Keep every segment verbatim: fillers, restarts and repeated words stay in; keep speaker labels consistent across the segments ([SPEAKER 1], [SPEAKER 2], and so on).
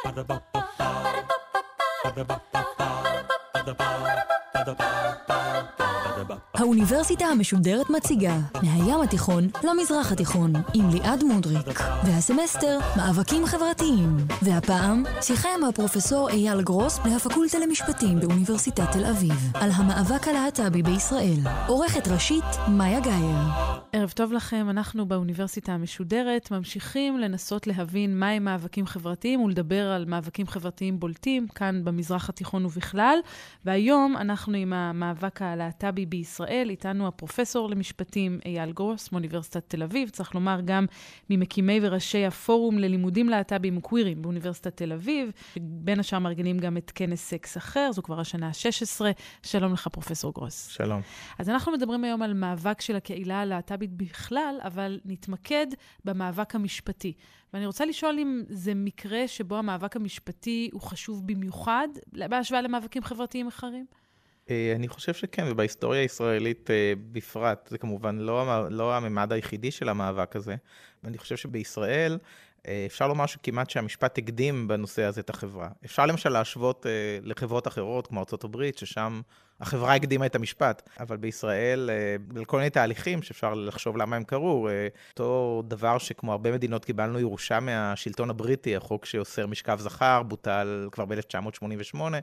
[SPEAKER 1] האוניברסיטה המשודרת מציגה מהים התיכון למזרח התיכון עם ליעד מודריק, והסמסטר מאבקים חברתיים, והפעם שיחה עם הפרופסור אייל גרוס מהפקולטה למשפטים באוניברסיטת תל אביב על המאבק הלהט"בי בישראל. עורכת ראשית מאיה גייר. ערב טוב לכם, אנחנו באוניברסיטה המשודרת ממשיכים לנסות להבין מהם מאבקים חברתיים ולדבר על מאבקים חברתיים בולטים כאן במזרח התיכון ובכלל, והיום אנחנו עם המאבק הלהט"בי בישראל, איתנו הפרופסור למשפטים אייל גרוס מאוניברסיטת תל אביב, צריך לומר גם ממקימי וראשי הפורום ללימודים להט"בים וקווירים באוניברסיטת תל אביב, בין השאר מארגנים גם את כנס סקס אחר, זו כבר השנה ה-שש עשרה. שלום לך פרופסור גרוס.
[SPEAKER 2] שלום.
[SPEAKER 1] אז אנחנו מדברים היום על מאבק של הקהילה הלהט"בית בכלל, אבל נתמקד במאבק המשפטי. ואני רוצה לשאול אם זה מקרה שבו המאבק המשפטי הוא חשוב במיוחד, בהשוואה למאבקים חברתיים אחרים?
[SPEAKER 2] אני חושב שכן, ובהיסטוריה הישראלית בפרט, זה כמובן לא, לא הממד היחידי של המאבק הזה. ואני חושב שבישראל אפשר לומר שכמעט שהמשפט הקדים בנושא הזה את החברה. אפשר למשל להשוות לחברות אחרות, כמו ארצות הברית, ששם החברה הקדימה את המשפט. אבל בישראל, בכל מיני תהליכים שאפשר לחשוב למה הם קרו, אותו דבר שכמו הרבה מדינות קיבלנו ירושה מהשלטון הבריטי, החוק שאוסר משכב זכר, בוטל כבר ב-אלף תשע מאות שמונים ושמונה,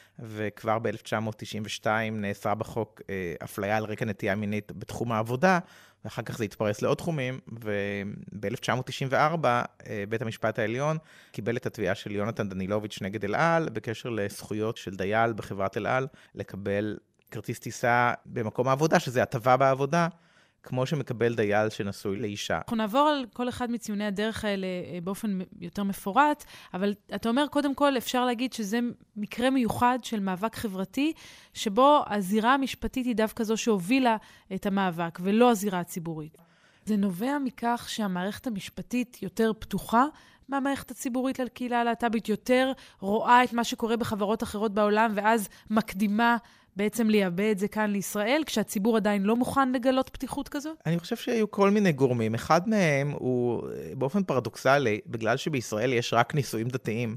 [SPEAKER 2] וכבר ב-אלף תשע מאות תשעים ושתיים נאסרה בחוק אפליה על רקע נטייה מינית בתחום העבודה, ואחר כך זה התפרס לעוד תחומים, וב-אלף תשע מאות תשעים וארבע בית המשפט העליון קיבל את התביעה של יונתן דנילוביץ' נגד אל על, בקשר לזכויות של דייל בחברת אל על, לקבל כרטיס טיסה במקום העבודה, שזה הטבה בעבודה, כמו שמקבל דייל שנשוי לאישה.
[SPEAKER 1] אנחנו נעבור על כל אחד מציוני הדרך האלה באופן יותר מפורט, אבל אתה אומר, קודם כל אפשר להגיד שזה מקרה מיוחד של מאבק חברתי, שבו הזירה המשפטית היא דווקא זו שהובילה את המאבק, ולא הזירה הציבורית. זה נובע מכך שהמערכת המשפטית יותר פתוחה, מהמערכת הציבורית לקהילה הלהט"בית יותר רואה את מה שקורה בחברות אחרות בעולם, ואז מקדימה בעצם לייבא את זה כאן לישראל, כשהציבור עדיין לא מוכן לגלות פתיחות כזאת?
[SPEAKER 2] אני חושב שהיו כל מיני גורמים. אחד מהם הוא באופן פרדוקסלי, בגלל שבישראל יש רק נישואים דתיים,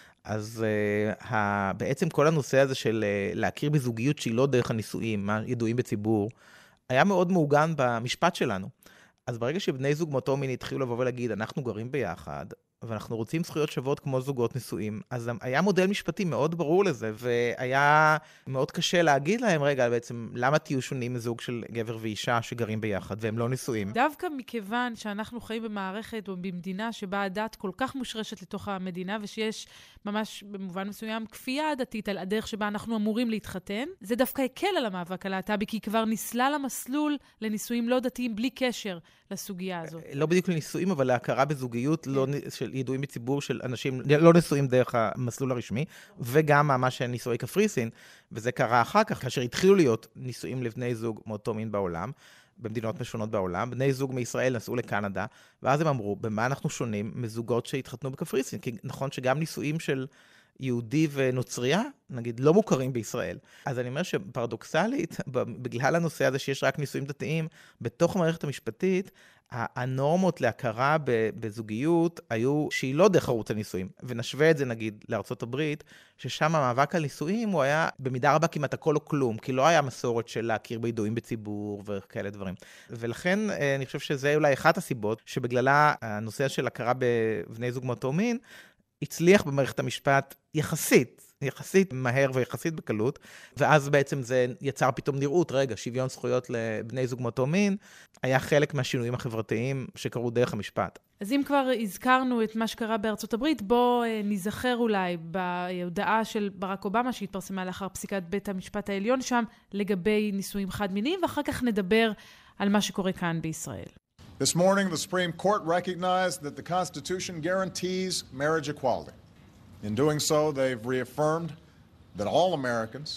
[SPEAKER 2] אז uh, ה, בעצם כל הנושא הזה של uh, להכיר בזוגיות שהיא לא דרך הנישואים, מה ידועים בציבור, היה מאוד מעוגן במשפט שלנו. אז ברגע שבני זוג מאותו מין התחילו לבוא ולהגיד, אנחנו גרים ביחד, ואנחנו רוצים זכויות שוות כמו זוגות נישואים, אז היה מודל משפטי מאוד ברור לזה, והיה מאוד קשה להגיד להם, רגע, בעצם, למה תהיו שונים מזוג של גבר ואישה שגרים ביחד, והם לא נישואים?
[SPEAKER 1] דווקא מכיוון שאנחנו חיים במערכת או במדינה שבה הדת כל כך מושרשת לתוך המדינה, ושיש ממש במובן מסוים כפייה דתית על הדרך שבה אנחנו אמורים להתחתן, זה דווקא הקל על המאבק הלהט"בי, כי כבר נסלל המסלול לנישואים לא דתיים בלי קשר לסוגיה הזאת.
[SPEAKER 2] לא בדיוק לנישואים, אבל להכרה בזוגיות לא, של ידועים בציבור של אנשים לא נשואים דרך המסלול הרשמי, וגם ממש נישואי קפריסין, וזה קרה אחר כך, כאשר התחילו להיות נישואים לבני זוג מאותו מין בעולם, במדינות משונות בעולם, בני זוג מישראל נסעו לקנדה, ואז הם אמרו, במה אנחנו שונים מזוגות שהתחתנו בקפריסין? כי נכון שגם נישואים של יהודי ונוצריה, נגיד, לא מוכרים בישראל. אז אני אומר שפרדוקסלית, בגלל הנושא הזה שיש רק נישואים דתיים, בתוך המערכת המשפטית, הנורמות להכרה בזוגיות היו שהיא לא דרך ערוץ הנישואים. ונשווה את זה, נגיד, לארצות הברית, ששם המאבק על נישואים הוא היה במידה רבה כמעט הכל או כלום, כי לא היה מסורת של להכיר בידועים בציבור וכאלה דברים. ולכן אני חושב שזה אולי אחת הסיבות, שבגללה הנושא של הכרה בבני זוג מאותו מין, הצליח במערכת המשפט יחסית, יחסית מהר ויחסית בקלות, ואז בעצם זה יצר פתאום נראות, רגע, שוויון זכויות לבני זוג מאותו מין, היה חלק מהשינויים החברתיים שקרו דרך המשפט.
[SPEAKER 1] אז אם כבר הזכרנו את מה שקרה בארצות הברית, בוא נזכר אולי בהודעה של ברק אובמה, שהתפרסמה לאחר פסיקת בית המשפט העליון שם, לגבי נישואים חד מיניים, ואחר כך נדבר על מה שקורה כאן בישראל.
[SPEAKER 3] This morning, the Supreme Court recognized that the Constitution guarantees marriage equality. In doing so, they've reaffirmed that all Americans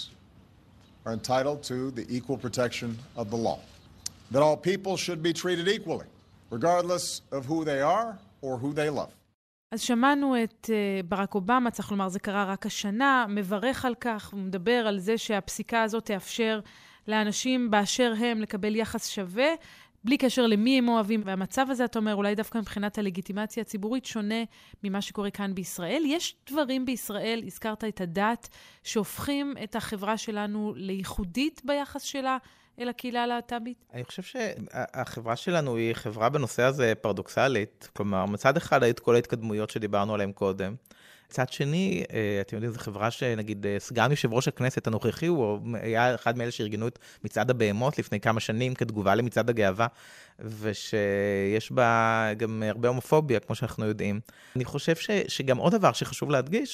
[SPEAKER 3] are entitled to the equal protection of the law. That all people should be treated equally, regardless of who they are or who they love.
[SPEAKER 1] אז שמענו את uh, ברק אובמה, צריך לומר, זה קרה רק השנה, מברך על כך, הוא מדבר על זה שהפסיקה הזאת תאפשר לאנשים באשר הם לקבל יחס שווה,
[SPEAKER 4] בלי קשר למי הם אוהבים, והמצב הזה, אתה אומר, אולי דווקא מבחינת הלגיטימציה הציבורית, שונה ממה שקורה כאן בישראל. יש דברים בישראל, הזכרת את הדת, שהופכים את החברה שלנו לייחודית ביחס שלה אל הקהילה הלהט"בית?
[SPEAKER 2] אני חושב שהחברה שלנו היא חברה בנושא הזה פרדוקסלית. כלומר, מצד אחד היית כל ההתקדמויות שדיברנו עליהן קודם. מצד שני, אתם יודעים, זו חברה שנגיד סגן יושב ראש הכנסת הנוכחי, הוא היה אחד מאלה שארגנו את מצעד הבהמות לפני כמה שנים כתגובה למצעד הגאווה, ושיש בה גם הרבה הומופוביה, כמו שאנחנו יודעים. אני חושב ש, שגם עוד דבר שחשוב להדגיש,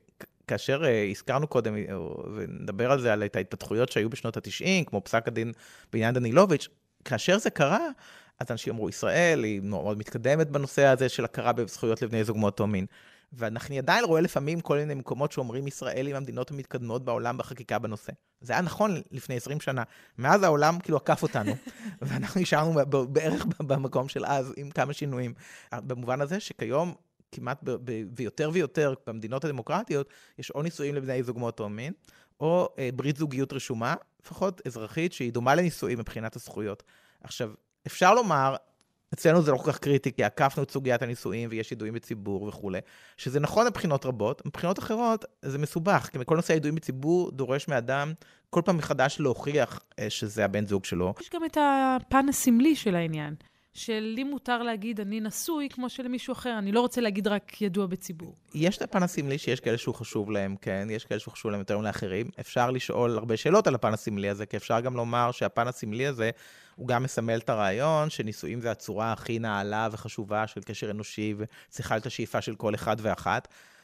[SPEAKER 2] שכאשר הזכרנו קודם, ונדבר על זה, על את ההתפתחויות שהיו בשנות ה-תשעים, כמו פסק הדין בעניין דנילוביץ', כאשר זה קרה, אז אנשים אמרו, ישראל היא מאוד מתקדמת בנושא הזה של הכרה בזכויות לבני זוג מאותו מין. ואנחנו עדיין רואה לפעמים כל מיני מקומות שאומרים ישראל עם המדינות המתקדמות בעולם בחקיקה בנושא. זה היה נכון לפני עשרים שנה. מאז העולם כאילו עקף אותנו, ואנחנו נשארנו בערך במקום של אז עם כמה שינויים. במובן הזה שכיום כמעט ויותר ויותר במדינות הדמוקרטיות יש או נישואים לבני זוג מאותו מין, או ברית זוגיות רשומה, לפחות אזרחית, שהיא דומה לנישואים מבחינת הזכויות. עכשיו, אפשר לומר, אצלנו זה לא כל כך קריטי, כי עקפנו את סוגיית הנישואים ויש ידועים בציבור וכו'. שזה נכון מבחינות רבות, מבחינות אחרות זה מסובך, כי כל נושא הידועים בציבור דורש מאדם כל פעם מחדש להוכיח שזה הבן זוג שלו.
[SPEAKER 4] יש גם את הפן הסמלי של העניין, של לי מותר להגיד אני נשוי כמו שלמישהו אחר, אני לא רוצה להגיד רק ידוע בציבור.
[SPEAKER 2] יש את הפן הסמלי שיש כאלה שהוא חשוב להם, כן, יש כאלה שהוא חשוב להם יותר לאחרים. אפשר לשאול הרבה שאלות על הפן הסמלי הזה, כי אפשר גם לומר שהפן הסמלי הזה הוא גם מסמל את הרעיון שנישואים זה הצורה הכי נעלה וחשובה של קשר אנושי, וצריכה להיות השאיפה של כל אחד ואחת.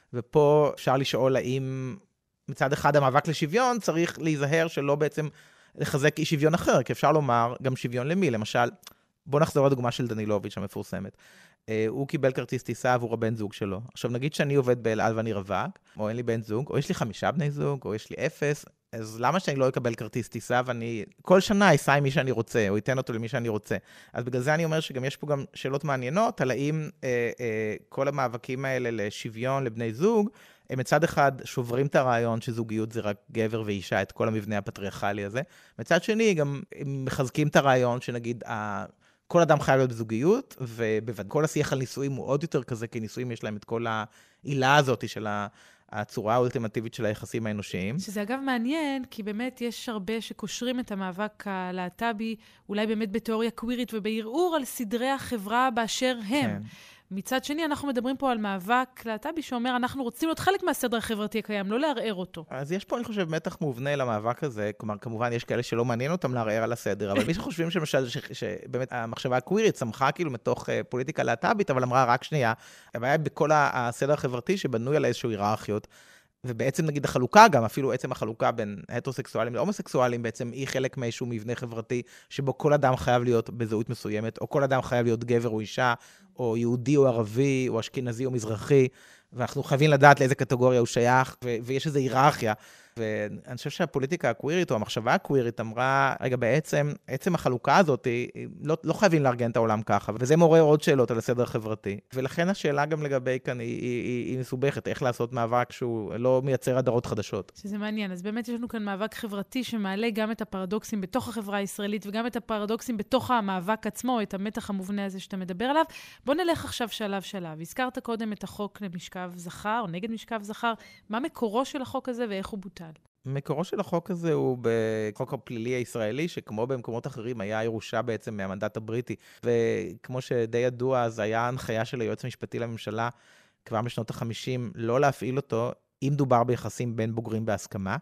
[SPEAKER 2] ופה אפשר לשאול האם מצד אחד המאבק לשוויון צריך להיזהר שלא בעצם לחזק אי שוויון אחר, כי אפשר לומר גם שוויון למי, למשל, בוא נחזור לדוגמה של דנילוביץ' המפורסמת. הוא קיבל כרטיס טיסה עבור הבן זוג שלו. עכשיו נגיד שאני עובד באל על ואני רווק, או אין לי בן זוג, או יש לי חמישה בני זוג, או יש לי אפס, אז למה שאני לא אקבל כרטיס טיסה ואני כל שנה אסע עם מי שאני רוצה, או אתן אותו למי שאני רוצה? אז בגלל זה אני אומר שגם יש פה גם שאלות מעניינות, על האם אה, אה, כל המאבקים האלה לשוויון לבני זוג, הם מצד אחד שוברים את הרעיון שזוגיות זה רק גבר ואישה, את כל המבנה הפטריארכלי הזה. מצד שני, גם הם מחזקים את הרעיון שנגיד, ה... כל אדם חייב להיות בזוגיות, ובוודאי כל השיח על נישואים הוא עוד יותר כזה, כי נישואים יש להם את כל העילה הזאת של הצורה האולטימטיבית של היחסים האנושיים. שזה
[SPEAKER 4] אגב מעניין, כי באמת יש הרבה שקושרים את המאבק הלהט"בי, אולי באמת בתיאוריה קווירית ובערעור על סדרי החברה באשר הם. כן. מצד שני, אנחנו מדברים פה על מאבק להט"בי שאומר, אנחנו רוצים להיות חלק מהסדר החברתי הקיים, לא לערער אותו.
[SPEAKER 2] אז יש פה, אני חושב, מתח מובנה למאבק הזה, כלומר, כמובן, יש כאלה שלא מעניין אותם לערער על הסדר, אבל מי שחושבים שמשל, שבאמת המחשבה הקווירית צמחה כאילו מתוך פוליטיקה להט"בית, אבל אמרה רק שנייה, הבעיה בכל הסדר החברתי שבנוי על איזשהו היררכיות, ובעצם נגיד החלוקה גם, אפילו עצם החלוקה בין הטרוסקסואלים להומוסקסואלים, בעצם היא חלק מאיזשהו מבנה חברתי, שבו כל אדם חייב להיות בזהות מסוימת, או כל אדם חייב להיות גבר או אישה, או יהודי או ערבי, או אשכנזי או מזרחי, ואנחנו חייבים לדעת לאיזה קטגוריה הוא שייך, ו- ויש איזו היררכיה. ואני חושב שהפוליטיקה הקווירית, או המחשבה הקווירית, אמרה, רגע, בעצם, עצם החלוקה הזאת, היא, לא, לא חייבים לארגן את העולם ככה, וזה מעורר עוד שאלות על הסדר החברתי. ולכן השאלה גם לגבי כאן היא, היא, היא, היא מסובכת, איך לעשות מאבק שהוא לא מייצר הדרות חדשות.
[SPEAKER 4] שזה מעניין, אז באמת יש לנו כאן מאבק חברתי שמעלה גם את הפרדוקסים בתוך החברה הישראלית, וגם את הפרדוקסים בתוך המאבק עצמו, את המתח המובנה הזה שאתה מדבר עליו. בוא נלך עכשיו שלב שלב. הזכרת קודם את החוק למשכב זכר, או נגד משכב זכר. מה מקורו של החוק הזה ואיך הוא בוטל?
[SPEAKER 2] מקורו של החוק הזה הוא בחוק הפלילי הישראלי, שכמו במקומות אחרים היה ירושה בעצם מהמנדט הבריטי, וכמו שדי ידוע, אז היה הנחיה של היועץ המשפטי לממשלה, כבר בשנות ה-חמישים, לא להפעיל אותו, אם דובר ביחסים בין בוגרים בהסכמה,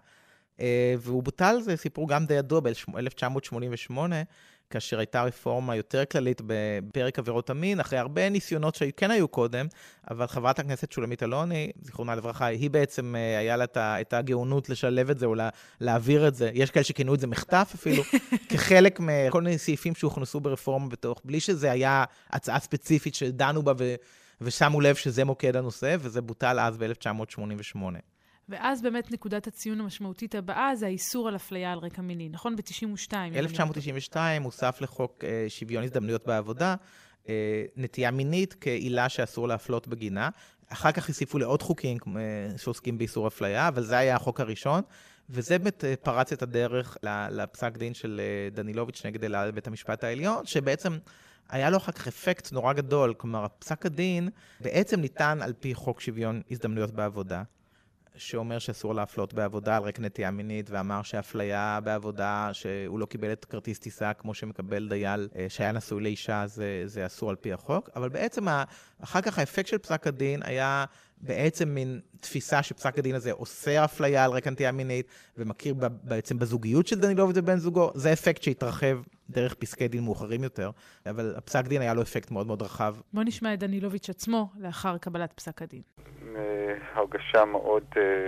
[SPEAKER 2] והוא בוטל, זה סיפור גם די ידוע, ב-אלף תשע מאות שמונים ושמונה, כאשר הייתה רפורמה יותר כללית בפרק עבירות המין, אחרי הרבה ניסיונות שכן היו קודם, אבל חברת הכנסת שולמית אלוני, זיכרונה לברכה, היא בעצם היה לה את הגאונות לשלב את זה, או להעביר את זה. יש כאלה שכינו את זה מחטף אפילו, כחלק מכל מיני סעיפים שהוכנסו ברפורמה בתוך, בלי שזה היה הצעה ספציפית שדנו בה ו- ושמו לב שזה מוקד הנושא, וזה בוטל אז ב-אלף תשע מאות שמונים ושמונה.
[SPEAKER 4] ואז באמת נקודת הציון המשמעותית הבאה, זה האיסור על אפליה על רקע מיני, נכון? ב-תשעים ושתיים.
[SPEAKER 2] אלף תשע מאות תשעים ושתיים הוסף לחוק אה, שוויון הזדמנויות בעבודה, אה, נטייה מינית כעילה שאסור להפלות בגינה. אחר כך הוסיפו לעוד חוקים אה, שעוסקים באיסור אפליה, אבל זה היה החוק הראשון, וזה באמת פרץ את הדרך לפסק דין של דנילוביץ' נגד אל על בית המשפט העליון, שבעצם היה לו אחר כך אפקט נורא גדול. כלומר, פסק הדין בעצם ניתן על פי חוק שוויון הזדמנויות בעבודה, שאומר שאסור להפלות בעבודה על רקע נטייה מינית, ואמר שהאפליה בעבודה, שהוא לא קיבל את כרטיס טיסה כמו שמקבל דייל שהיה נשוי לאישה, זה, זה אסור על פי החוק. אבל בעצם אחר כך האפקט של פסק הדין היה בעצם מין תפיסה שפסק הדין הזה עושה אפליה על רקע נטייה מינית, ומכיר בעצם בזוגיות של דנילוביץ' ובן זוגו. זה אפקט שהתרחב דרך פסקי דין מאוחרים יותר, אבל הפסק דין היה לו אפקט מאוד מאוד רחב.
[SPEAKER 4] בוא נשמע את דנילוביץ' עצמו לאחר קבלת פסק הדין.
[SPEAKER 5] הרגשה מאוד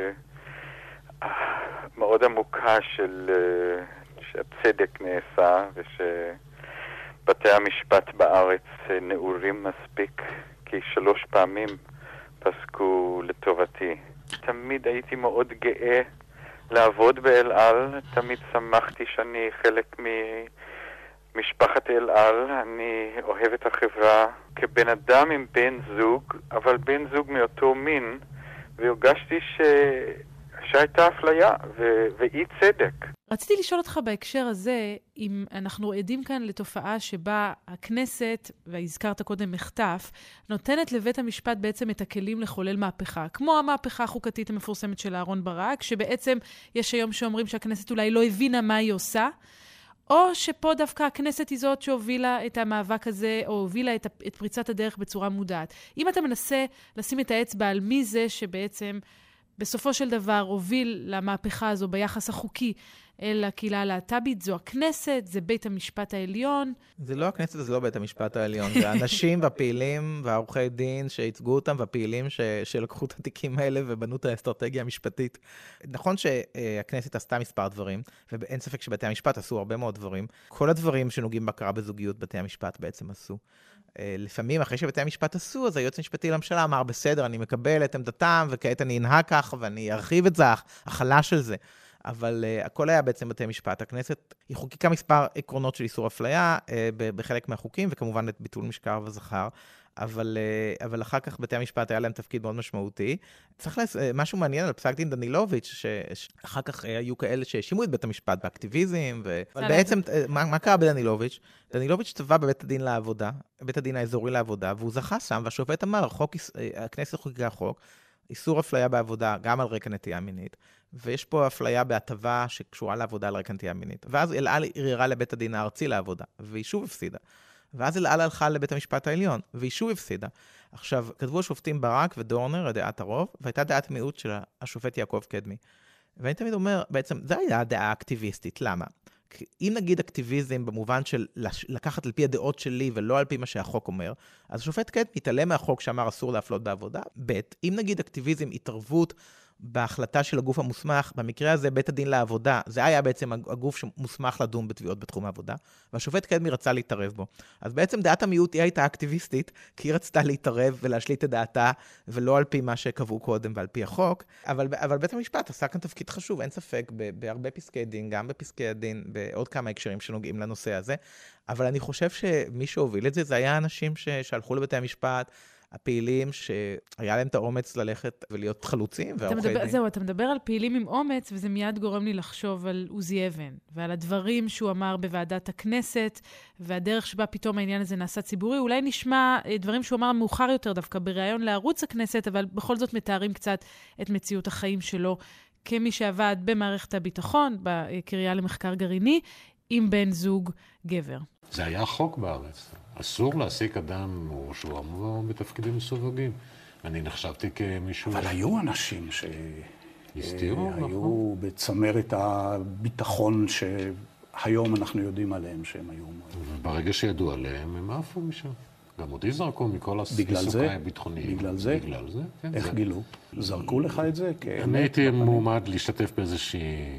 [SPEAKER 5] מאוד עמוקה של שהצדק נעשה ושבתי המשפט בארץ נאורים מספיק, כי שלוש פעמים פסקו לטובתי. תמיד הייתי מאוד גאה לעבוד באל על, תמיד שמחתי שאני חלק ממשפחת אל על. אני אוהב את החברה כבן אדם עם בן זוג, אבל בן זוג מאותו מין, והרגשתי ש... שהייתה אפליה ו... ואי צדק.
[SPEAKER 4] רציתי לשאול אותך בהקשר הזה, אם אנחנו עדים כאן לתופעה שבה הכנסת, והזכרת קודם מחטף, נותנת לבית המשפט בעצם את הכלים לחולל מהפכה, כמו המהפכה החוקתית המפורסמת של אהרון ברק, שבעצם יש היום שאומרים שהכנסת אולי לא הבינה מה היא עושה, או שפה דווקא הכנסת היא זאת שהובילה את המאבק הזה, או הובילה את, את פריצת הדרך בצורה מודעת. אם אתה מנסה לשים את האצבע על מי זה שבעצם בסופו של דבר הוביל למהפכה הזו ביחס החוקי אל הקהילה הלהט"בית, זו הכנסת, זה בית המשפט העליון.
[SPEAKER 2] זה לא הכנסת וזה לא בית המשפט העליון, זה האנשים והפעילים והעורכי דין שהצגו אותם, והפעילים ש... שלקחו את התיקים האלה ובנו את האסטרטגיה המשפטית. נכון שהכנסת עשתה מספר דברים, ואין ספק שבתי המשפט עשו הרבה מאוד דברים. כל הדברים שנוגעים בהכרה בזוגיות בתי המשפט בעצם עשו. לפעמים אחרי שבתי המשפט עשו, אז היועץ המשפטי לממשלה אמר, בסדר, אני מקבל את עמדתם, וכעת אני אנהג כך, ואני ארחיב את זה, החלה של זה. אבל uh, הכל היה בעצם בתי משפט. הכנסת היא חוקיקה מספר עקרונות של איסור אפליה uh, בחלק מהחוקים, וכמובן את ביטול משכב הזכר, אבל, uh, אבל אחר כך בתי המשפט היה להם תפקיד מאוד משמעותי. צריך לס... uh, משהו מעניין על פסק דין דנילוביץ', ש... שאחר כך uh, היו כאלה שהאשימו את בית המשפט באקטיביזם, ו... אבל בעצם, uh, מה, מה קרה בדנילוביץ'? דנילוביץ' תבע בבית הדין לעבודה, בית הדין האזורי לעבודה, והוא זכה שם, והשופט אמר, חוק, הכנסת חוקיקה חוק, איסור אפליה בעבודה, גם על רקע נטייה מינית, ויש פה אפליה בהטבה שקשורה לעבודה על רקע נטייה מינית. ואז אל על ערערה לבית הדין הארצי לעבודה, והיא שוב הפסידה. ואז אל על הלכה לבית המשפט העליון, והיא שוב הפסידה. עכשיו, כתבו השופטים ברק ודורנר, דעת הרוב, והייתה דעת מיעוט של השופט יעקב קדמי. ואני תמיד אומר, בעצם, זו הייתה דעה אקטיביסטית. למה? אם נגיד אקטיביזם במובן של לקחת על פי הדעות שלי ולא על פי מה שהחוק אומר, אז השופט קדמי מתעלם מהחוק שאמר אסור להפלות בעבודה. ב', אם נגיד אקטיביזם, התערבות בהחלטה של הגוף המוסמך, במקרה הזה בית הדין לעבודה, זה היה בעצם הגוף שמוסמך לדון בתביעות בתחום העבודה, והשופט קדמי רצה להתערב בו. אז בעצם דעת המיעוט היא הייתה אקטיביסטית, כי היא רצתה להתערב ולהשליט את דעתה, ולא על פי מה שקבעו קודם ועל פי החוק, אבל, אבל בית המשפט עשה כאן תפקיד חשוב, אין ספק, בהרבה פסקי דין, גם בפסקי הדין, בעוד כמה הקשרים שנוגעים לנושא הזה, אבל אני חושב שמי שהוביל את זה, זה היה אנשים שהלכו לבתי המשפט, הפעילים שהיה להם את האומץ ללכת ולהיות חלוצים ועורכי דין.
[SPEAKER 4] זהו, אתה מדבר על פעילים עם אומץ, וזה מיד גורם לי לחשוב על עוזי אבן, ועל הדברים שהוא אמר בוועדת הכנסת, והדרך שבה פתאום העניין הזה נעשה ציבורי. אולי נשמע דברים שהוא אמר מאוחר יותר דווקא בראיון לערוץ הכנסת, אבל בכל זאת מתארים קצת את מציאות החיים שלו, כמי שעבד במערכת הביטחון, בקריה למחקר גרעיני, עם בן זוג גבר.
[SPEAKER 6] זה היה חוק בארץ. אסור להעסיק אדם שהוא אמור בתפקידים מסווגים. אני נחשבתי כמישהו...
[SPEAKER 7] אבל היו אנשים
[SPEAKER 6] שהסתירו,
[SPEAKER 7] שהיו בצמרת הביטחון שהיום אנחנו יודעים עליהם שהם היו...
[SPEAKER 6] וברגע שידעו עליהם, הם עפו משם. גם אותי זרקו מכל עיסוקיי הביטחוניים.
[SPEAKER 7] בגלל זה?
[SPEAKER 6] בגלל זה, כן.
[SPEAKER 7] איך גילו? זרקו לך את זה?
[SPEAKER 6] אני הייתי מועמד להשתתף באיזושהי...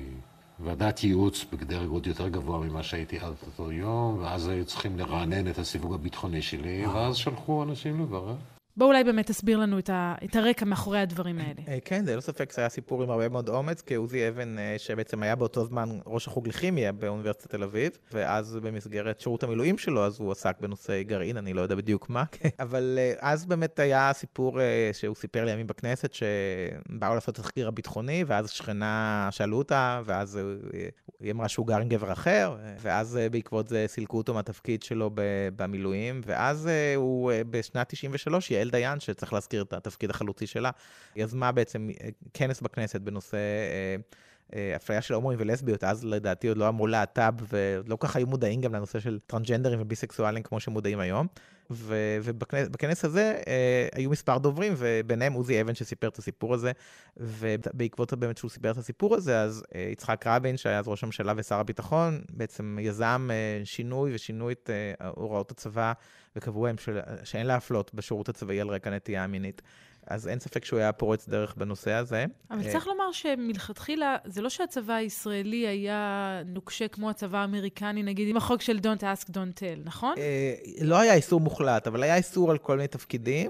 [SPEAKER 6] ועדת ייעוץ בדרג עוד יותר גבוה ממה שהייתי עד אותו יום, ואז היו צריכים לרענן את הסיווג הביטחוני שלי, ואז שלחו אנשים לברר.
[SPEAKER 4] בוא אולי באמת תסביר לנו את, ה, את הרקע מאחורי הדברים האלה.
[SPEAKER 2] כן, זה לא ספק, זה היה סיפור עם הרבה מאוד אומץ, כי עוזי אבן, שבעצם היה באותו זמן ראש החוג לכימיה באוניברסיטת תל אביב, ואז במסגרת שירות המילואים שלו, אז הוא עסק בנושא גרעין, אני לא יודע בדיוק מה, אבל אז באמת היה סיפור שהוא סיפר לימים בכנסת, שבאו לעשות תחקיר הביטחוני, ואז שכנה שאלו אותה, ואז היא אמרה שהוא גר עם גבר אחר, ואז בעקבות זה סילקו אותו מהתפקיד שלו במילואים, ואז הוא בשנת תשעים ושלוש, יעל דיין, שצריך להזכיר את התפקיד החלוצי שלה, יזמה בעצם כנס בכנסת בנושא אפליה של הומואים ולסביות, אז לדעתי עוד לא אמרו להט"ב, ולא ככה היו מודעים גם לנושא של טרנסג'נדרים וביסקסואלים כמו שמודעים היום. ובכנס הזה היו מספר דוברים, וביניהם עוזי אבן שסיפר את הסיפור הזה, ובעקבות באמת שהוא סיפר את הסיפור הזה, אז יצחק רבין, שהיה אז ראש הממשלה ושר הביטחון, בעצם יזם שינוי ושינוי את הוראות הצבא, וקבעו הם שאין להפלות בשירות הצבאי על רקע נטייה המינית. אז אין ספק שהוא היה פורץ דרך בנושא הזה.
[SPEAKER 4] אבל צריך לומר שמלכתחילה, זה לא שהצבא הישראלי היה נוקשה כמו הצבא האמריקני, נגיד עם החוק של Don't Ask, Don't Tell, נכון?
[SPEAKER 2] לא היה איסור מוחלט, אבל היה איסור על כל מיני תפקידים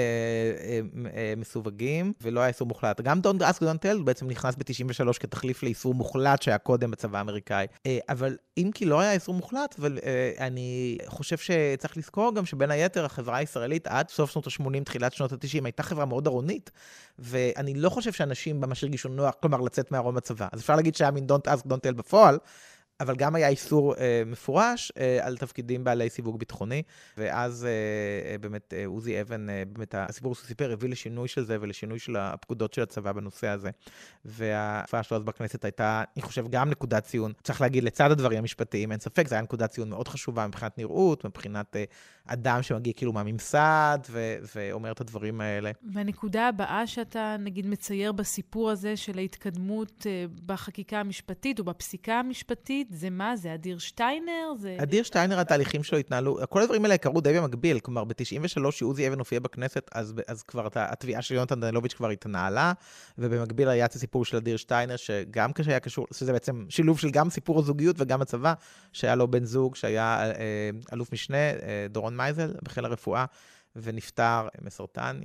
[SPEAKER 2] מסווגים, ולא היה איסור מוחלט. גם Don't Ask, Don't Tell בעצם נכנס ב-תשעים ושלוש כתחליף לאיסור מוחלט שהיה קודם בצבא האמריקאי. אבל אם כי לא היה איסור מוחלט, ואני חושב שצריך לזכור גם שבין היתר החברה הישראלית עד סוף שנות ה-שמונים, תחילת שנות ה-תשעים, הייתה חברה מאוד ארונית, ואני לא חושב שאנשים ממש הרגישו נוח, כלומר, לצאת מהארון בצבא. אז אפשר להגיד שהיה מין Don't Ask, Don't Tell בפועל, אבל גם היה איסור אה, מפורש אה, על תפקידים בעלי סיווג ביטחוני, ואז אה, אה, באמת אה, עוזי אבן, אה, באמת הסיפור שהוא סיפר, הביא לשינוי של זה ולשינוי של הפקודות של הצבא בנושא הזה. וההופעה שלו אז בכנסת הייתה, אני חושב, גם נקודת ציון. צריך להגיד, לצד הדברים המשפטיים, אין ספק, זה היה נקודת ציון מאוד חשובה מבחינת נראות, מבחינת אה, אדם שמגיע כאילו מהממסד, ו- ואומר את הדברים האלה.
[SPEAKER 4] והנקודה הבאה שאתה, נגיד, מצייר בסיפור הזה של ההתקדמות אה, בחקיקה המשפטית או בפסיקה המשפטית, זה מה? זה אדיר שטיינר? זה...
[SPEAKER 2] אדיר שטיינר, התהליכים שלו התנהלו, כל הדברים האלה קרו די במקביל, כלומר, ב-תשעים ושלוש שעוזי אבן הופיע בכנסת, אז, אז כבר התביעה של יונתן דנילוביץ' כבר התנהלה, ובמקביל היה את הסיפור של אדיר שטיינר, שגם כשהיה קשור, שזה בעצם שילוב של גם סיפור הזוגיות וגם הצבא, שהיה לו בן זוג, שהיה אה, אלוף משנה, אה, דורון מייזל, בחיל הרפואה, ונפטר מסרטן,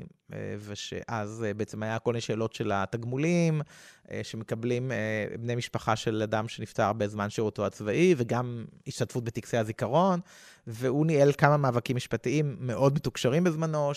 [SPEAKER 2] ושאז בעצם היה כל מיני שאלות של התגמולים, שמקבלים בני משפחה של אדם שנפטר בזמן שירותו הצבאי, וגם השתתפות בטקסי הזיכרון, והוא ניהל כמה מאבקים משפטיים מאוד מתוקשרים בזמנו,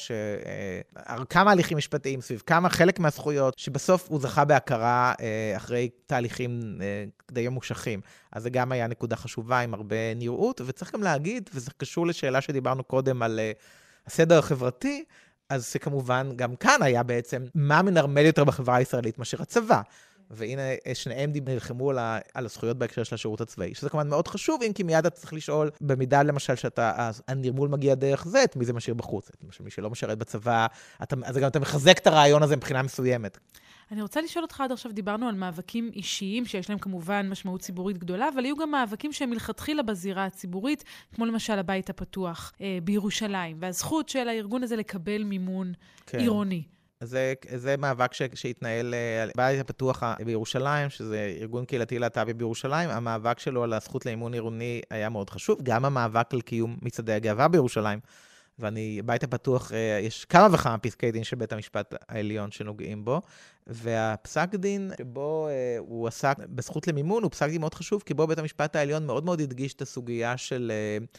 [SPEAKER 2] כמה הליכים משפטיים סביב כמה חלק מהזכויות, שבסוף הוא זכה בהכרה אחרי תהליכים די ממושכים. אז זה גם היה נקודה חשובה עם הרבה נראות, וצריך גם להגיד, וזה קשור לשאלה שדיברנו קודם על הסדר החברתי, אז שכמובן גם כאן היה בעצם מה מנרמל יותר בחברה הישראלית מאשר הצבא. והנה שניהם נלחמו על, ה, על הזכויות בהקשר של השירות הצבאי, שזה כמובן מאוד חשוב, אם כי מיד אתה צריך לשאול, במידה למשל שאתה, הנרמול מגיע דרך זה, את מי זה משאיר בחוץ, את מי שלא משרת בצבא, אתה, אז גם אתה מחזק את הרעיון הזה מבחינה מסוימת.
[SPEAKER 4] אני רוצה לשאול אותך, עד עכשיו דיברנו על מאבקים אישיים, שיש להם כמובן משמעות ציבורית גדולה, אבל היו גם מאבקים שהם מלכתחילה בזירה הציבורית, כמו למשל הבית הפתוח אה, בירושלים, והזכות של הארגון הזה לקבל מימון כן. עירוני.
[SPEAKER 2] זה, זה מאבק ש, שהתנהל על הבית הפתוח בירושלים, שזה ארגון קהילתי להט"בי בירושלים, המאבק שלו על הזכות לאימון עירוני היה מאוד חשוב, גם המאבק על קיום מצעדי הגאווה בירושלים, ואני, בית הפתוח, יש כמה וכמה פסקי דין של בית המשפט העליון שנוגעים בו, והפסק דין שבו הוא עסק בזכות למימון, הוא פסק דין מאוד חשוב, כי בו בית המשפט העליון מאוד מאוד הדגיש את הסוגיה של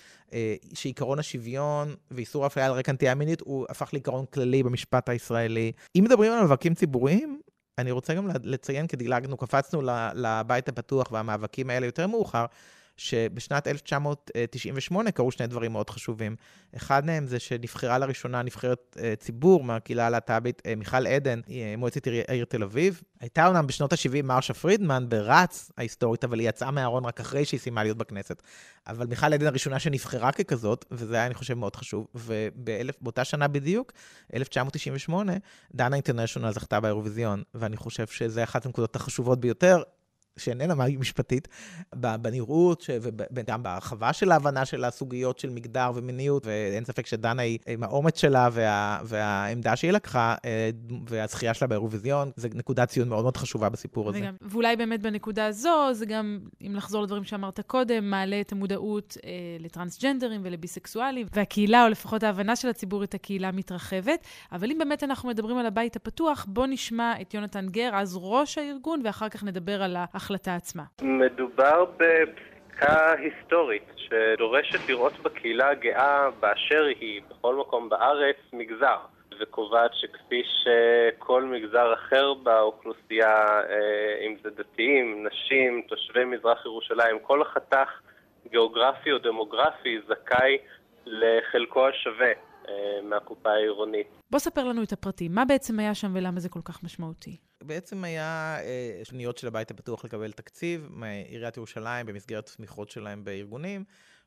[SPEAKER 2] שעיקרון השוויון ואיסור האפליה על רקע נטייה מינית, הוא הפך לעיקרון כללי במשפט הישראלי. אם מדברים על מאבקים ציבוריים, אני רוצה גם לציין, כי דילגנו, קפצנו לבית הפתוח והמאבקים האלה יותר מאוחר, שבשנת אלף תשע מאות תשעים ושמונה קרו שני דברים מאוד חשובים. אחד מהם זה שנבחרה לראשונה נבחרת ציבור מהקהילה הלהט"בית, מיכל עדן, מועצת העיר תל אביב. הייתה אומנם בשנות ה-שבעים מרשה פרידמן ברץ ההיסטורית, אבל היא יצאה מהארון רק אחרי שהיא סיימה להיות בכנסת. אבל מיכל עדן הראשונה שנבחרה ככזאת, וזה היה, אני חושב, מאוד חשוב. ובאותה שנה בדיוק, אלף תשע מאות תשעים ושמונה, דנה אינטרנשיונל זכתה באירוויזיון, ואני חושב שזה אחת הנקודות החשובות ביותר, שאיננה משפטית, בנראות וגם בהרחבה של ההבנה של הסוגיות של מגדר ומיניות, ואין ספק שדנה היא עם האומץ שלה וה, והעמדה שהיא לקחה, והזכייה שלה באירוויזיון, זה נקודת ציון מאוד מאוד חשובה בסיפור הזה.
[SPEAKER 4] וגם, ואולי באמת בנקודה הזו, זה גם, אם לחזור לדברים שאמרת קודם, מעלה את המודעות אה, לטרנסג'נדרים ולביסקסואלים, והקהילה, או לפחות ההבנה של הציבור, את הקהילה מתרחבת. אבל אם באמת אנחנו מדברים על הבית הפתוח, בוא נשמע את יונתן גר, אז ראש הארגון, ואחר כך נדבר על ההחלטה עצמה.
[SPEAKER 8] מדובר בפסיקה היסטורית שדורשת לראות בקהילה הגאה באשר היא, בכל מקום בארץ, מגזר. וקובעת שכפי שכל מגזר אחר באוכלוסייה, אם זה דתיים, נשים, תושבי מזרח ירושלים, כל החתך גיאוגרפי או דמוגרפי זכאי לחלקו השווה מהקופה העירונית.
[SPEAKER 4] בוא ספר לנו את הפרטים. מה בעצם היה שם ולמה זה כל כך משמעותי?
[SPEAKER 2] בעצם היה פניות של הבית הפתוח לקבל תקציב מעיריית ירושלים במסגרת תמיכות שלהם בארגונים,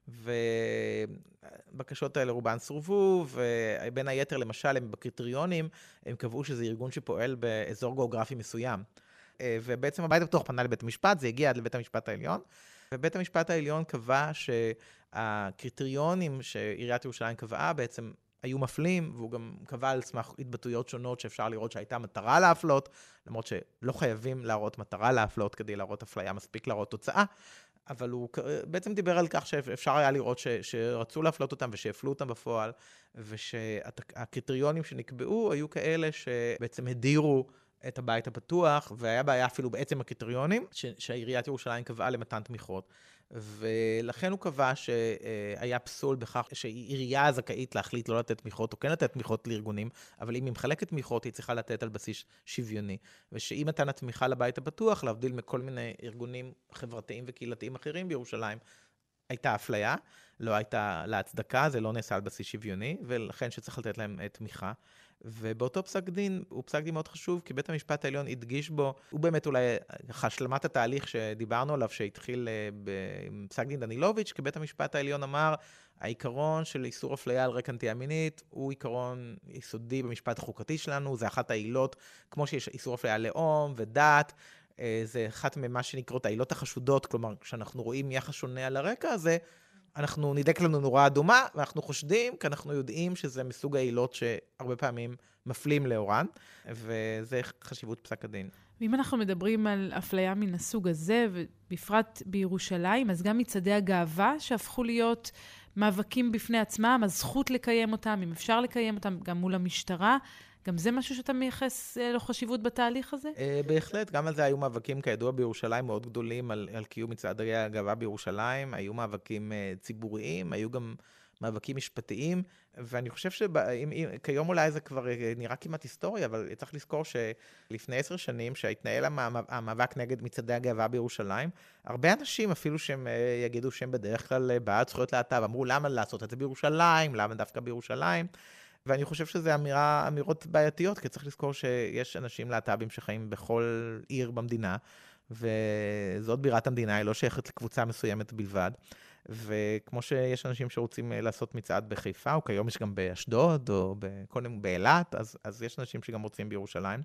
[SPEAKER 2] ובקשות האלה רובן סורבו, ובין היתר למשל הם בקריטריונים, הם קבעו שזה ארגון שפועל באזור גיאוגרפי מסוים. ובעצם הבית הפתוח פנה לבית המשפט, זה הגיע עד לבית המשפט העליון, ובית המשפט העליון קבע שהקריטריונים שעיריית ירושלים קבעה בעצם היו מפלים, והוא גם קבע על סמך התבטאויות שונות שאפשר לראות שהייתה מטרה להפלות, למרות שלא חייבים להראות מטרה להפלות כדי להראות אפליה, מספיק להראות תוצאה, אבל הוא בעצם דיבר על כך שאפשר היה לראות ש, שרצו להפלות אותם ושהפלו אותם בפועל, ושהקריטריונים שנקבעו היו כאלה שבעצם הדירו את הבית הפתוח, והיה בעיה אפילו בעצם הקריטריונים שהעיריית ירושלים קבעה למתן תמיכות, ולכן הוא קבע שהיה פסול בכך שעירייה זכאית להחליט לא לתת תמיכות או כן לתת תמיכות לארגונים, אבל אם היא מחלקת תמיכות היא צריכה לתת על בסיס שוויוני, ושאם מתן התמיכה לבית הפתוח, להבדיל מכל מיני ארגונים חברתיים וקהילתיים אחרים בירושלים, הייתה אפליה, לא הייתה להצדקה, זה לא נעשה על בסיס שוויוני, ולכן שצריך לתת להם תמיכה. ובאותו פסק דין, הוא פסק דין מאוד חשוב, כי בית המשפט העליון הדגיש בו, הוא באמת אולי השלמת התהליך שדיברנו עליו, שהתחיל בפסק דין דנילוביץ', כי בית המשפט העליון אמר, העיקרון של איסור אפליה על רקע נטייה מינית, הוא עיקרון יסודי במשפט החוקתי שלנו, זה אחת העילות, כמו שיש איסור אפליה לאום ודת, זה אחת ממה שנקראות העילות החשודות, כלומר, כשאנחנו רואים יחס שונה על הרקע הזה, אנחנו נדק לנו נורה אדומה, ואנחנו חושדים, כי אנחנו יודעים שזה מסוג העילות שהרבה פעמים מפלים לאורן, וזה חשיבות פסק הדין.
[SPEAKER 4] ואם אנחנו מדברים על אפליה מן הסוג הזה, ובפרט בירושלים, אז גם מצעדי הגאווה שהפכו להיות מאבקים בפני עצמם, הזכות לקיים אותם, אם אפשר לקיים אותם גם מול המשטרה, גם זה משהו שאתה מייחס לו חשיבות בתהליך הזה?
[SPEAKER 2] בהחלט, גם על זה היו מאבקים כידוע בירושלים מאוד גדולים על, על קיום מצעדי הגאווה בירושלים, היו מאבקים ציבוריים, היו גם מאבקים משפטיים, ואני חושב שכיום אולי זה כבר נראה כמעט היסטוריה, אבל צריך לזכור שלפני עשר שנים שהתנהל המאבק נגד מצעדי הגאווה בירושלים, הרבה אנשים אפילו שהם יגידו שהם בדרך כלל בעד זכויות להט"ב, אמרו למה לעשות את זה בירושלים, למה דווקא בירושלים, ואני חושב שזה אמירה, אמירות בעייתיות, כי צריך לזכור שיש אנשים להט"בים שחיים בכל עיר במדינה, וזאת בירת המדינה, היא לא שייכת לקבוצה מסוימת בלבד. וכמו שיש אנשים שרוצים לעשות מצעד בחיפה, או כיום יש גם באשדוד, או קודם באילת, אז, אז יש אנשים שגם רוצים בירושלים,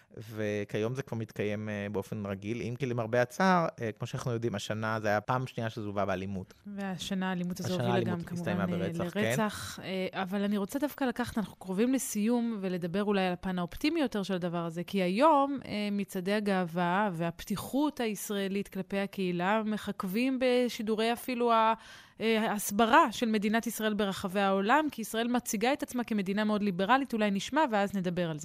[SPEAKER 2] וכיום זה כבר מתקיים באופן רגיל, אם כי למרבה הצער, כמו שאנחנו יודעים, השנה זה היה פעם שנייה שזה הובא באלימות.
[SPEAKER 4] והשנה האלימות הזו הובילה גם כמובן
[SPEAKER 2] ברצח,
[SPEAKER 4] לרצח, כן. אבל אני רוצה דווקא לקחת, אנחנו קרובים לסיום, ולדבר אולי על הפן האופטימי יותר של הדבר הזה, כי היום מצעדי הגאווה והפתיחות הישראלית כלפי הקהילה מחכבים בשידורי אפילו ההסברה של מדינת ישראל ברחבי העולם, כי ישראל מציגה את עצמה כמדינה מאוד ליברלית, אולי נשמע ואז נדבר על זה.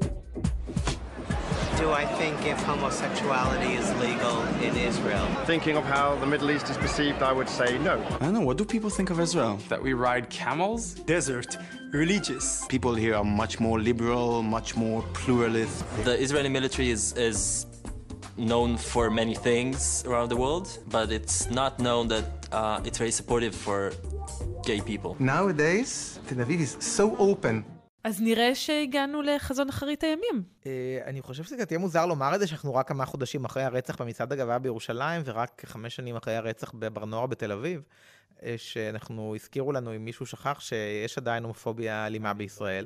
[SPEAKER 9] Do I think if homosexuality is legal in Israel?
[SPEAKER 10] Thinking of how the Middle East is perceived, I would say no.
[SPEAKER 11] I don't know, what do people think of Israel? That we ride camels?
[SPEAKER 12] Desert, religious.
[SPEAKER 13] People here are much more liberal, much more pluralist.
[SPEAKER 14] The Israeli military is, is known for many things around the world, but it's not known that uh, it's very supportive for gay people.
[SPEAKER 12] Nowadays, Tel Aviv is so open.
[SPEAKER 4] אז נראה שהגענו לחזון אחרית הימים.
[SPEAKER 2] אני חושב שזה תהיה מוזר לומר את זה, שאנחנו רק כמה חודשים אחרי הרצח במצעד הגאווה בירושלים, ורק חמש שנים אחרי הרצח בבר נוער בתל אביב, שאנחנו הזכירו לנו, אם מישהו שכח, שיש עדיין הומופוביה אלימה בישראל.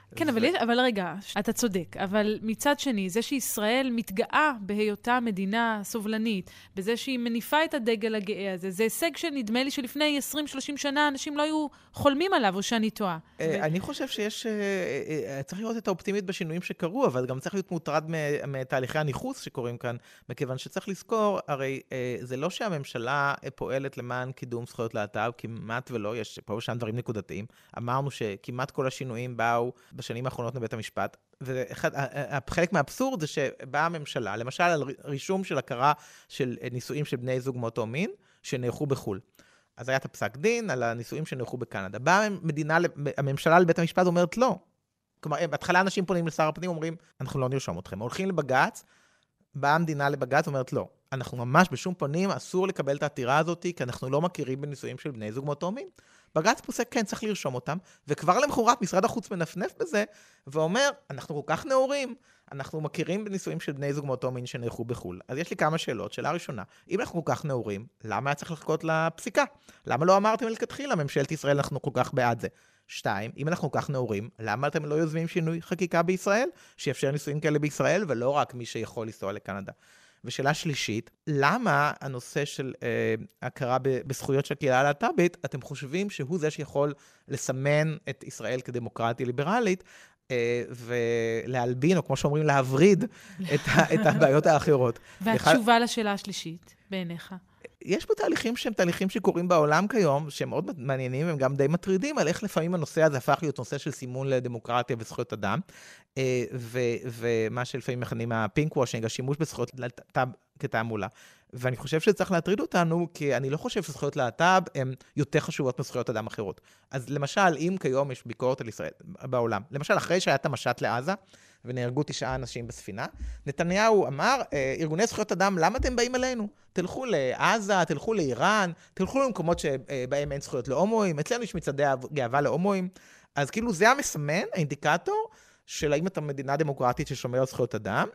[SPEAKER 4] כן, אבל, יש, אבל רגע, אתה צודק, אבל מצד שני, זה שישראל מתגאה בהיותה מדינה סובלנית, בזה שהיא מניפה את הדגל הגאה הזה, זה הישג שנדמה לי שלפני עשרים שלושים שנה אנשים לא היו חולמים עליו, או שאני טועה.
[SPEAKER 2] אני חושב שיש, צריך לראות את האופטימית בשינויים שקרו, אבל גם צריך להיות מוטרד מתהליכי הניחוס שקורים כאן, מכיוון שצריך לזכור, הרי זה לא שהממשלה פועלת למען קידום זכויות להט"ב, כמעט ולא, יש פה ושם דברים נקודתיים. אמרנו שכמעט כל השינויים באו בשנים האחרונות מבית המשפט, וחלק מהאבסורד זה שבאה הממשלה, למשל על רישום של הכרה של נישואים של בני זוג מאותו מין, שנערכו בחול. אז היה את הפסק דין על הנישואים שנערכו בקנדה. באה המדינה, הממשלה לבית המשפט אומרת לא. כלומר, בהתחלה אנשים פונים לשר הפנים, אומרים, אנחנו לא נרשום אתכם. הולכים לבג"ץ, באה המדינה לבג"ץ ואומרת לא. אנחנו ממש בשום פנים אסור לקבל את העתירה הזאת, כי אנחנו לא מכירים בנישואים של בני זוג מאותו מין. בג"ץ פוסק, כן, צריך לרשום אותם, וכבר למחרת משרד החוץ מנפנף בזה, ואומר, אנחנו כל כך נאורים, אנחנו מכירים בנישואים של בני זוג מאותו מין שנערכו בחול. אז יש לי כמה שאלות. שאלה ראשונה, אם אנחנו כל כך נאורים, למה היה צריך לחכות לפסיקה? למה לא אמרתם לכתחילה, ממשלת ישראל, אנחנו כל כך בעד זה? שתיים, אם אנחנו כל כך נאורים, למה אתם לא יוזמים שינוי חקיקה בישראל, שיאפשר נישואים כאלה בישראל, ולא רק מי שיכול לנסוע לקנדה? ושאלה שלישית, למה הנושא של אה, הכרה בזכויות של הקהילה הלהט"בית, אתם חושבים שהוא זה שיכול לסמן את ישראל כדמוקרטיה ליברלית, אה, ולהלבין, או כמו שאומרים, להבריד את, ה, את הבעיות האחרות?
[SPEAKER 4] והתשובה לשאלה השלישית, בעיניך?
[SPEAKER 2] יש פה תהליכים שהם תהליכים שקורים בעולם כיום, שהם מאוד מעניינים, הם גם די מטרידים, על איך לפעמים הנושא הזה הפך להיות נושא של סימון לדמוקרטיה וזכויות אדם, ומה שלפעמים מכנים הפינק וושינג, השימוש בזכויות להט"ב כתעמולה. ואני חושב שצריך להטריד אותנו, כי אני לא חושב שזכויות להט"ב הן יותר חשובות מזכויות אדם אחרות. אז למשל, אם כיום יש ביקורת על ישראל בעולם, למשל, אחרי שהיה את המשט לעזה, ונהרגו תשעה אנשים בספינה, נתניהו אמר, ארגוני זכויות אדם, למה אתם באים אלינו? תלכו לעזה, תלכו לאיראן, תלכו למקומות שבהם אין זכויות להומואים, אצלנו יש מצעדי גאווה להומואים, אז כאילו זה המסמן, האינדיקטור, של האם אתה מדינה דמוקרטית ששומר על זכויות אדם,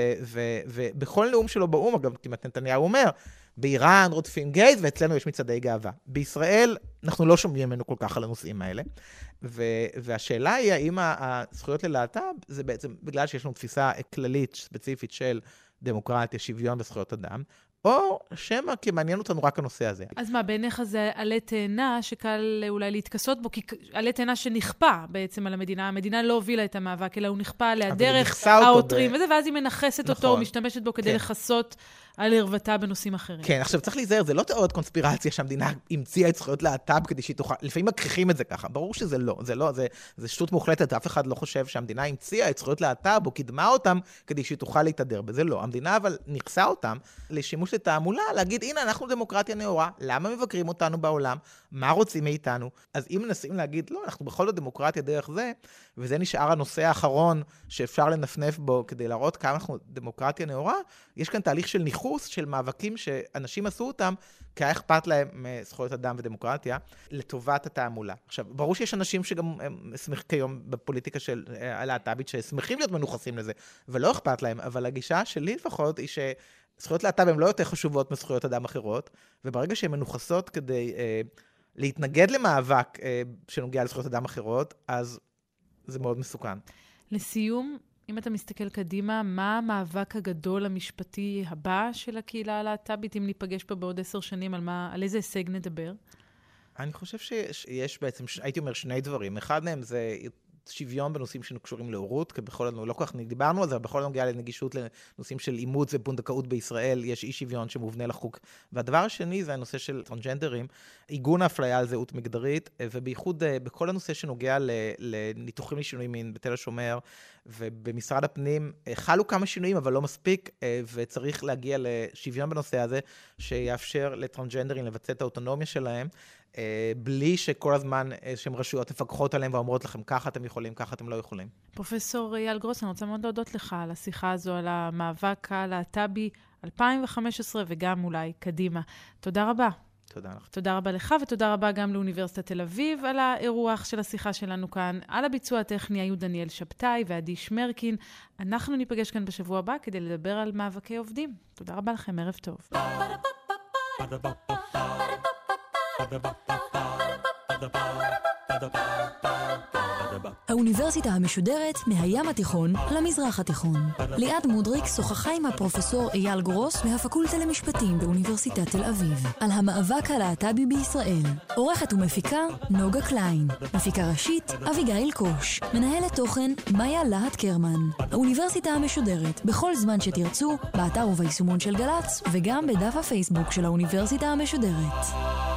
[SPEAKER 2] ובכל נאום שלו באום, אגב, כמעט נתניהו אומר, באיראן רודפים גייז, ואצלנו יש מצעדי גאווה. בישראל אנחנו לא שומעים ממנו כל כך על הנושאים האלה, והשאלה היא, האם הזכויות ללהט"ב, זה בעצם בגלל שיש לנו תפיסה כללית, ספציפית של דמוקרטיה, שוויון וזכויות אדם, או שמא כי מעניין אותנו רק הנושא הזה.
[SPEAKER 4] אז מה, בעיניך זה עלי תאנה שקל אולי להתכסות בו, כי עלי תאנה שנכפה בעצם על המדינה, המדינה לא הובילה את המאבק, אלא הוא נכפה עליה דרך העותרים, ב... וזה, ואז היא מנחסת נכון. אותו, ומשתמשת בו כדי כן. לחסות על ערוותה בנושאים אחרים.
[SPEAKER 2] כן, עכשיו צריך להיזהר, זה לא תיאוריות קונספירציה שהמדינה המציאה את זכויות להט"ב כדי שהיא תוכל, לפעמים מכריחים את זה ככה, ברור שזה לא, זה לא, זה, זה שטות מוחלטת, אף אחד לא חושב שהמדינה המציאה את זכויות להט"ב או קידמה אותם כדי שהיא תוכל להתהדר בזה, לא. המדינה אבל נכסה אותם לשימוש לתעמולה, להגיד, הנה, אנחנו דמוקרטיה נאורה, למה מבקרים אותנו בעולם, מה רוצים מאיתנו? אז אם מנסים להגיד, לא, אנחנו בכל זאת דמוקרטיה דרך זה, וזה נשאר הנושא האחרון שאפשר לנפנף בו כדי להראות כמה אנחנו דמוקרטיה נאורה, יש כאן תהליך של ניחוס, של מאבקים שאנשים עשו אותם, כי היה אכפת להם מזכויות אדם ודמוקרטיה, לטובת התעמולה. עכשיו, ברור שיש אנשים שגם שמח כיום בפוליטיקה של הלהט"בית, ששמחים להיות מנוחסים לזה, ולא אכפת להם, אבל הגישה שלי לפחות היא שזכויות להט"ב הן לא יותר חשובות מזכויות אדם אחרות, וברגע שהן מנוחסות כדי אה, להתנגד למאבק אה, שנוגע לזכויות אדם אחרות, אז זה מאוד מסוכן.
[SPEAKER 4] לסיום, אם אתה מסתכל קדימה, מה המאבק הגדול המשפטי הבא של הקהילה הלהט"בית, אם ניפגש פה בעוד עשר שנים, על, מה, על איזה הישג נדבר?
[SPEAKER 2] אני חושב שיש בעצם, הייתי אומר, שני דברים. אחד מהם זה שוויון בנושאים שקשורים להורות, כי בכל לנו, לא כל כך דיברנו על זה, אבל בכל נוגע לנגישות לנושאים של אימוץ ופונדקאות בישראל, יש אי שוויון שמובנה לחוק. והדבר השני זה הנושא של טרנסג'נדרים, עיגון האפליה על זהות מגדרית, ובייחוד בכל הנושא שנוגע לניתוחים לשינויים מין בתל השומר, ובמשרד הפנים חלו כמה שינויים, אבל לא מספיק, וצריך להגיע לשוויון בנושא הזה, שיאפשר לטרנסג'נדרים לבצע את האוטונומיה שלהם, בלי שכל הזמן שהן רשויות מפקחות עליהם ואומרות לכם ככה אתם יכולים, ככה אתם לא יכולים.
[SPEAKER 4] פרופסור אייל גרוס, אני רוצה מאוד להודות לך על השיחה הזו, על המאבק הלהט"בי אלפיים וחמש עשרה וגם אולי קדימה. תודה רבה.
[SPEAKER 2] תודה לך.
[SPEAKER 4] תודה רבה לך ותודה רבה גם לאוניברסיטת תל אביב על האירוח של השיחה שלנו כאן. על הביצוע הטכני היו דניאל שבתאי ועדי שמרקין. אנחנו ניפגש כאן בשבוע הבא כדי לדבר על מאבקי עובדים. תודה רבה לכם, ערב טוב. Ba-da-ba-ba-ba
[SPEAKER 1] האוניברסיטה המשודרת מהים התיכון למזרח התיכון. ליעד מודריק שוחחה עם הפרופסור אייל גרוס מהפקולטה למשפטים באוניברסיטת תל אביב על המאבק הלהט"בי בישראל. עורכת ומפיקה נוגה קליין. מפיקה ראשית אביגיל קוש. מנהלת תוכן מאיה להט קרמן. האוניברסיטה המשודרת בכל זמן שתרצו, באתר וביישומון של גלץ וגם בדף הפייסבוק של האוניברסיטה המשודרת.